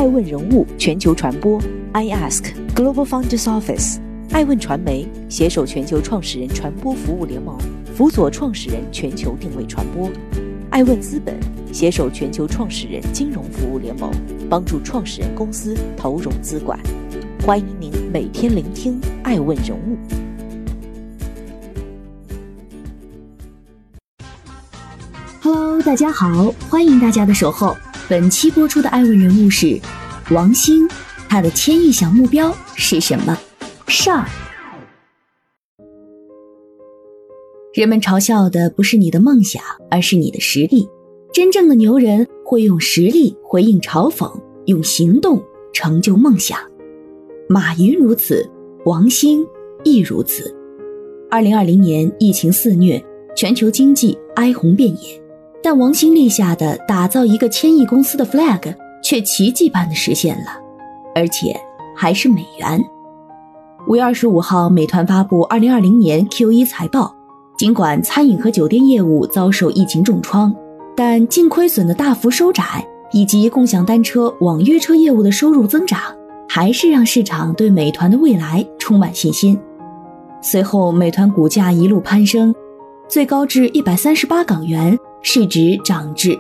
爱问人物全球传播 iAsk Global Founders Office， 爱问传媒携手全球创始人传播服务联盟，辅佐创始人全球定位传播。爱问资本携手全球创始人金融服务联盟，帮助创始人公司投融资管。欢迎您每天聆听爱问人物。 Hello， 大家好，欢迎大家的守候。本期播出的爱问人物是王兴，他的千亿小目标是什么？上。人们嘲笑的不是你的梦想，而是你的实力。真正的牛人会用实力回应嘲讽，用行动成就梦想。马云如此，王兴亦如此。2020年疫情肆虐，全球经济哀鸿遍野，但王兴立下的打造一个千亿公司的 flag 却奇迹般的实现了，而且还是美元。5月25号，美团发布2020年 Q1 财报，尽管餐饮和酒店业务遭受疫情重创，但净亏损的大幅收窄以及共享单车、网约车业务的收入增长，还是让市场对美团的未来充满信心。随后美团股价一路攀升，最高至138港元，市值涨至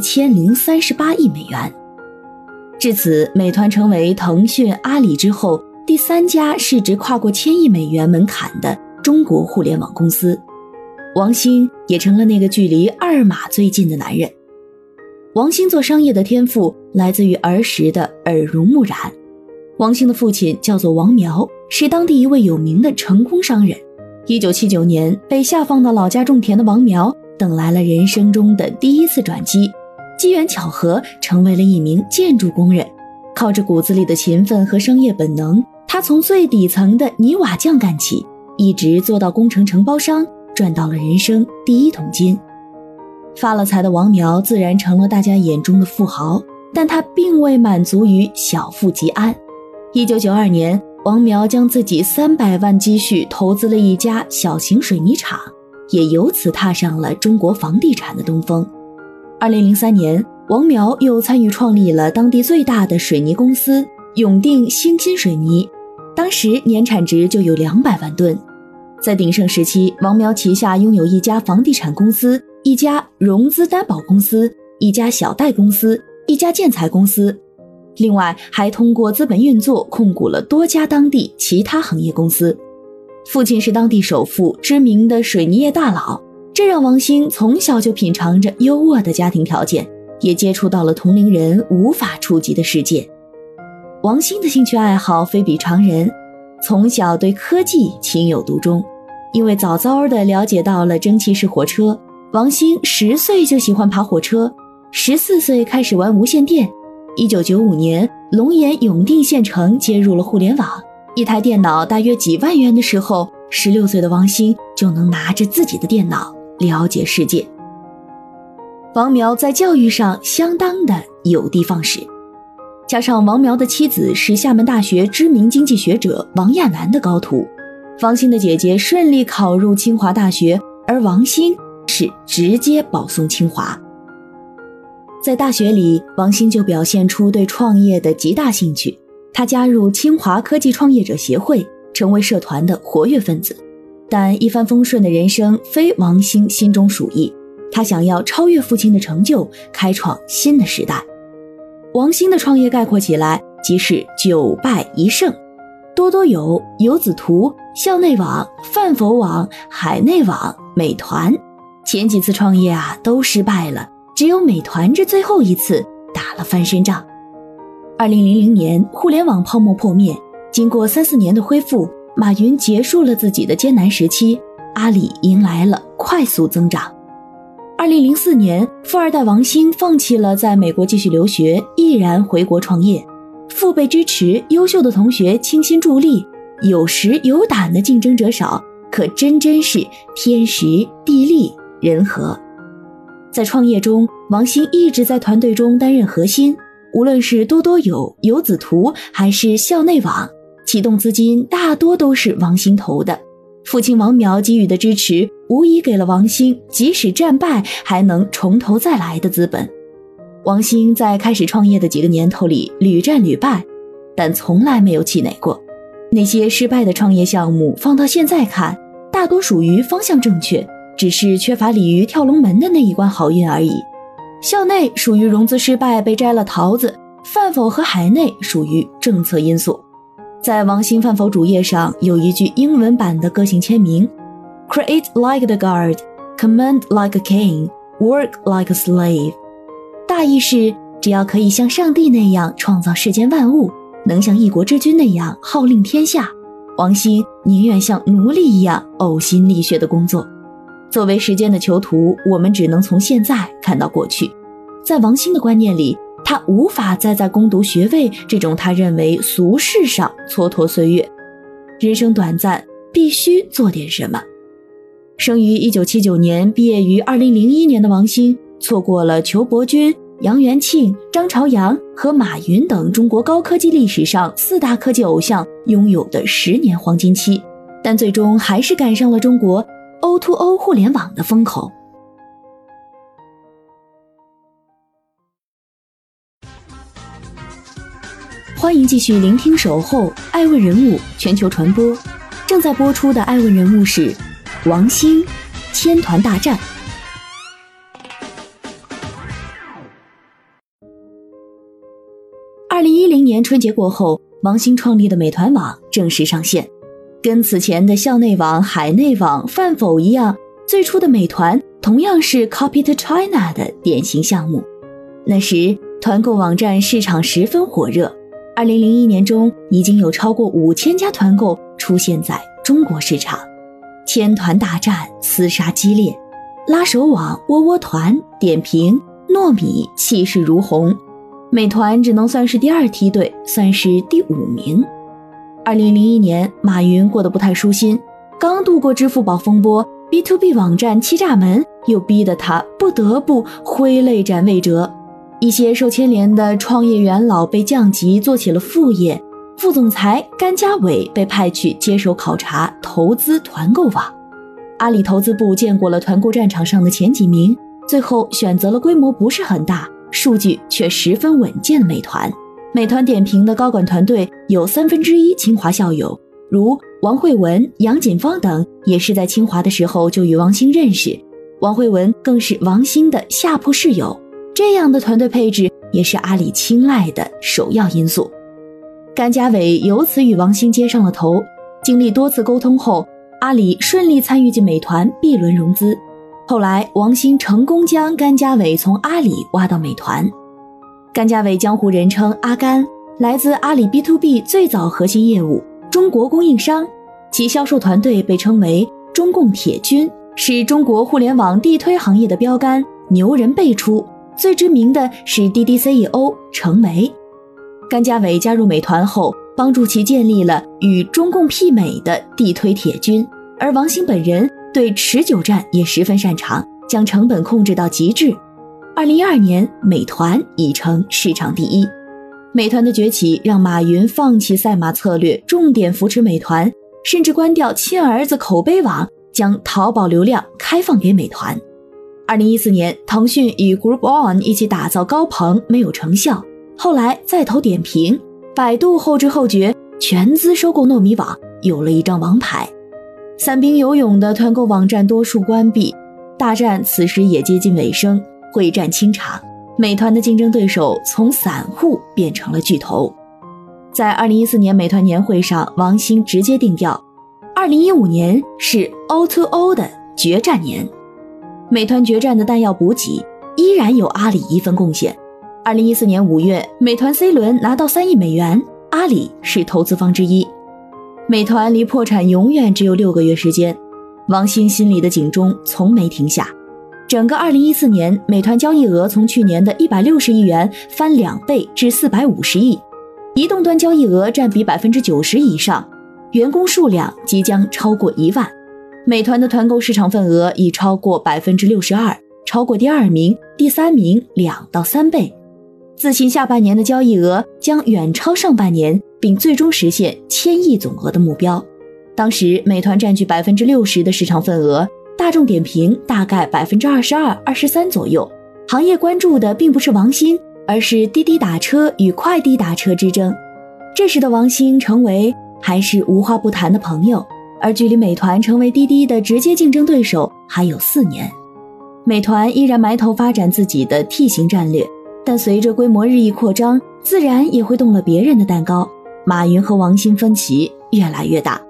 1038亿美元。至此，美团成为腾讯、阿里之后第3家市值跨过1000亿美元门槛的中国互联网公司。王兴也成了那个距离2码最近的男人。王兴做商业的天赋来自于儿时的耳濡目染。王兴的父亲叫做王苗，是当地一位有名的成功商人。1979年被下放到老家种田的王苗等来了人生中的第一次转机，机缘巧合成为了一名建筑工人。靠着骨子里的勤奋和商业本能，他从最底层的泥瓦匠干起，一直做到工程承包商，赚到了人生第一桶金。发了财的王苗自然成了大家眼中的富豪，但他并未满足于小富即安。1992年，王苗将自己300万积蓄投资了一家小型水泥厂，也由此踏上了中国房地产的东风。2003年，王苗又参与创立了当地最大的水泥公司永定兴新水泥，当时年产值就有200万吨。在鼎盛时期，王苗旗下拥有一家房地产公司、一家融资担保公司、一家小贷公司、一家建材公司，另外还通过资本运作控股了多家当地其他行业公司。父亲是当地首富，知名的水泥业大佬，这让王兴从小就品尝着优渥的家庭条件，也接触到了同龄人无法触及的世界。王兴的兴趣爱好非比常人，从小对科技情有独钟。因为早早地了解到了蒸汽式火车，王兴10岁就喜欢爬火车，14岁开始玩无线电。1995年，龙岩永定县城接入了互联网，一台电脑大约几万元的时候，16岁的王兴就能拿着自己的电脑了解世界。王苗在教育上相当的有的放矢，加上王苗的妻子是厦门大学知名经济学者王亚楠的高徒，王兴的姐姐顺利考入清华大学，而王兴是直接保送清华。在大学里，王兴就表现出对创业的极大兴趣，他加入清华科技创业者协会，成为社团的活跃分子。但一帆风顺的人生非王兴心中属意，他想要超越父亲的成就，开创新的时代。王兴的创业概括起来即是9败1胜，多多有、游子图、校内网、饭否网、海内网、美团。前几次创业都失败了，只有美团这最后一次打了翻身仗。2000年，互联网泡沫破灭，经过3-4年的恢复，马云结束了自己的艰难时期，阿里迎来了快速增长。2004年，富二代王兴放弃了在美国继续留学，毅然回国创业。父辈支持，优秀的同学倾心助力，有实有胆的竞争者少，可真是天时地利人和。在创业中，王兴一直在团队中担任核心，无论是多多有、游子图还是校内网，启动资金大多都是王兴投的。父亲王苗给予的支持，无疑给了王兴即使战败还能从头再来的资本。 王兴在开始创业的几个年头里屡战屡败，但从来没有气馁过。那些失败的创业项目放到现在看，大多属于方向正确，只是缺乏鲤鱼跳龙门的那一关好运而已。校内属于融资失败被摘了桃子，饭否和海内属于政策因素。在王兴饭否主页上有一句英文版的个性签名 Create like the God, command like a king, work like a slave。 大意是只要可以像上帝那样创造世间万物，能像一国之君那样号令天下，王兴宁愿像奴隶一样呕心沥血的工作。作为时间的囚徒，我们只能从现在看到过去。在王兴的观念里，他无法再在攻读学位这种他认为俗事上蹉跎岁月。人生短暂，必须做点什么。生于1979年，毕业于2001年的王兴，错过了裘伯钧、杨元庆、张朝阳和马云等中国高科技历史上4大科技偶像拥有的10年黄金期，但最终还是赶上了中国 O2O 互联网的风口。欢迎继续聆听守候爱问人物全球传播，正在播出的爱问人物是王兴，千团大战。2010年春节过后，王兴创立的美团网正式上线。跟此前的校内网、海内网、饭否一样，最初的美团同样是 Copy to China 的典型项目。那时团购网站市场十分火热，2001年中已经有超过5000家团购出现在中国市场。千团大战厮杀激烈，拉手网、窝窝团、点评、糯米气势如虹，美团只能算是第2梯队，算是第5名。2001年，马云过得不太舒心，刚度过支付宝风波， B2B 网站欺诈门又逼得他不得不挥泪斩未折。一些受牵连的创业元老被降级做起了副业，副总裁甘家伟被派去接手考察投资团购网。阿里投资部见过了团购战场上的前几名，最后选择了规模不是很大，数据却十分稳健的美团。美团点评的高管团队有1/3清华校友，如王慧文、杨锦芳等也是在清华的时候就与王兴认识，王慧文更是王兴的下铺室友。这样的团队配置也是阿里青睐的首要因素。甘家伟由此与王兴接上了头，经历多次沟通后，阿里顺利参与进美团 B 轮融资。后来王兴成功将甘家伟从阿里挖到美团。甘家伟江湖人称阿甘，来自阿里 B2B 最早核心业务中国供应商，其销售团队被称为中共铁军，是中国互联网地推行业的标杆，牛人辈出。最知名的是滴滴 CEO 程维。甘家伟加入美团后，帮助其建立了与中共媲美的地推铁军，而王兴本人对持久战也十分擅长，将成本控制到极致。2012年，美团已成市场第一。美团的崛起让马云放弃赛马策略，重点扶持美团，甚至关掉亲儿子口碑网，将淘宝流量开放给美团。2014年，腾讯与 Group On 一起打造高朋，没有成效，后来再投点评，百度后知后觉，全资收购糯米网，有了一张王牌。散兵游勇的团购网站多数关闭，大战此时也接近尾声，会战清场，美团的竞争对手从散户变成了巨头。在2014年美团年会上，王兴直接定调，2015年是 O2O 的决战年。美团决战的弹药补给依然有阿里一份贡献。2014年5月，美团 C 轮拿到3亿美元，阿里是投资方之一。美团离破产永远只有6个月时间，王兴心里的警钟从没停下。整个2014年，美团交易额从去年的160亿元翻2倍至450亿，移动端交易额占比 90% 以上，员工数量即将超过1万。美团的团购市场份额已超过 62%， 超过第2名、第3名2到3倍。自信下半年的交易额将远超上半年，并最终实现1000亿总额的目标。当时美团占据 60% 的市场份额，大众点评大概 22%、23% 左右， 行业关注的并不是王兴，而是滴滴打车与快滴打车之争。这时的王兴成为还是无话不谈的朋友，而距离美团成为滴滴的直接竞争对手还有4年。美团依然埋头发展自己的 T 型战略，但随着规模日益扩张，自然也会动了别人的蛋糕。马云和王兴分歧越来越大。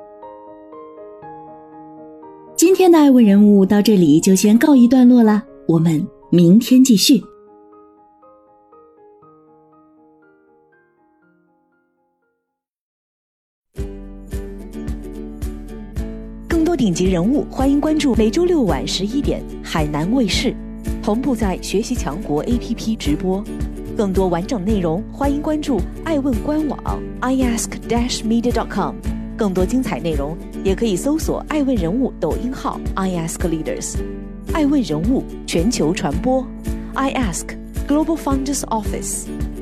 今天的爱问人物到这里就先告一段落了，我们明天继续。 更多顶级人物，欢迎关注每周6晚11点海南卫视，同步在学习强国 APP 直播。更多完整内容，欢迎关注爱问官网 iask-media.com。更多精彩内容，也可以搜索爱问人物抖音号 iaskleaders。爱问人物全球传播 iAsk Global Founders Office。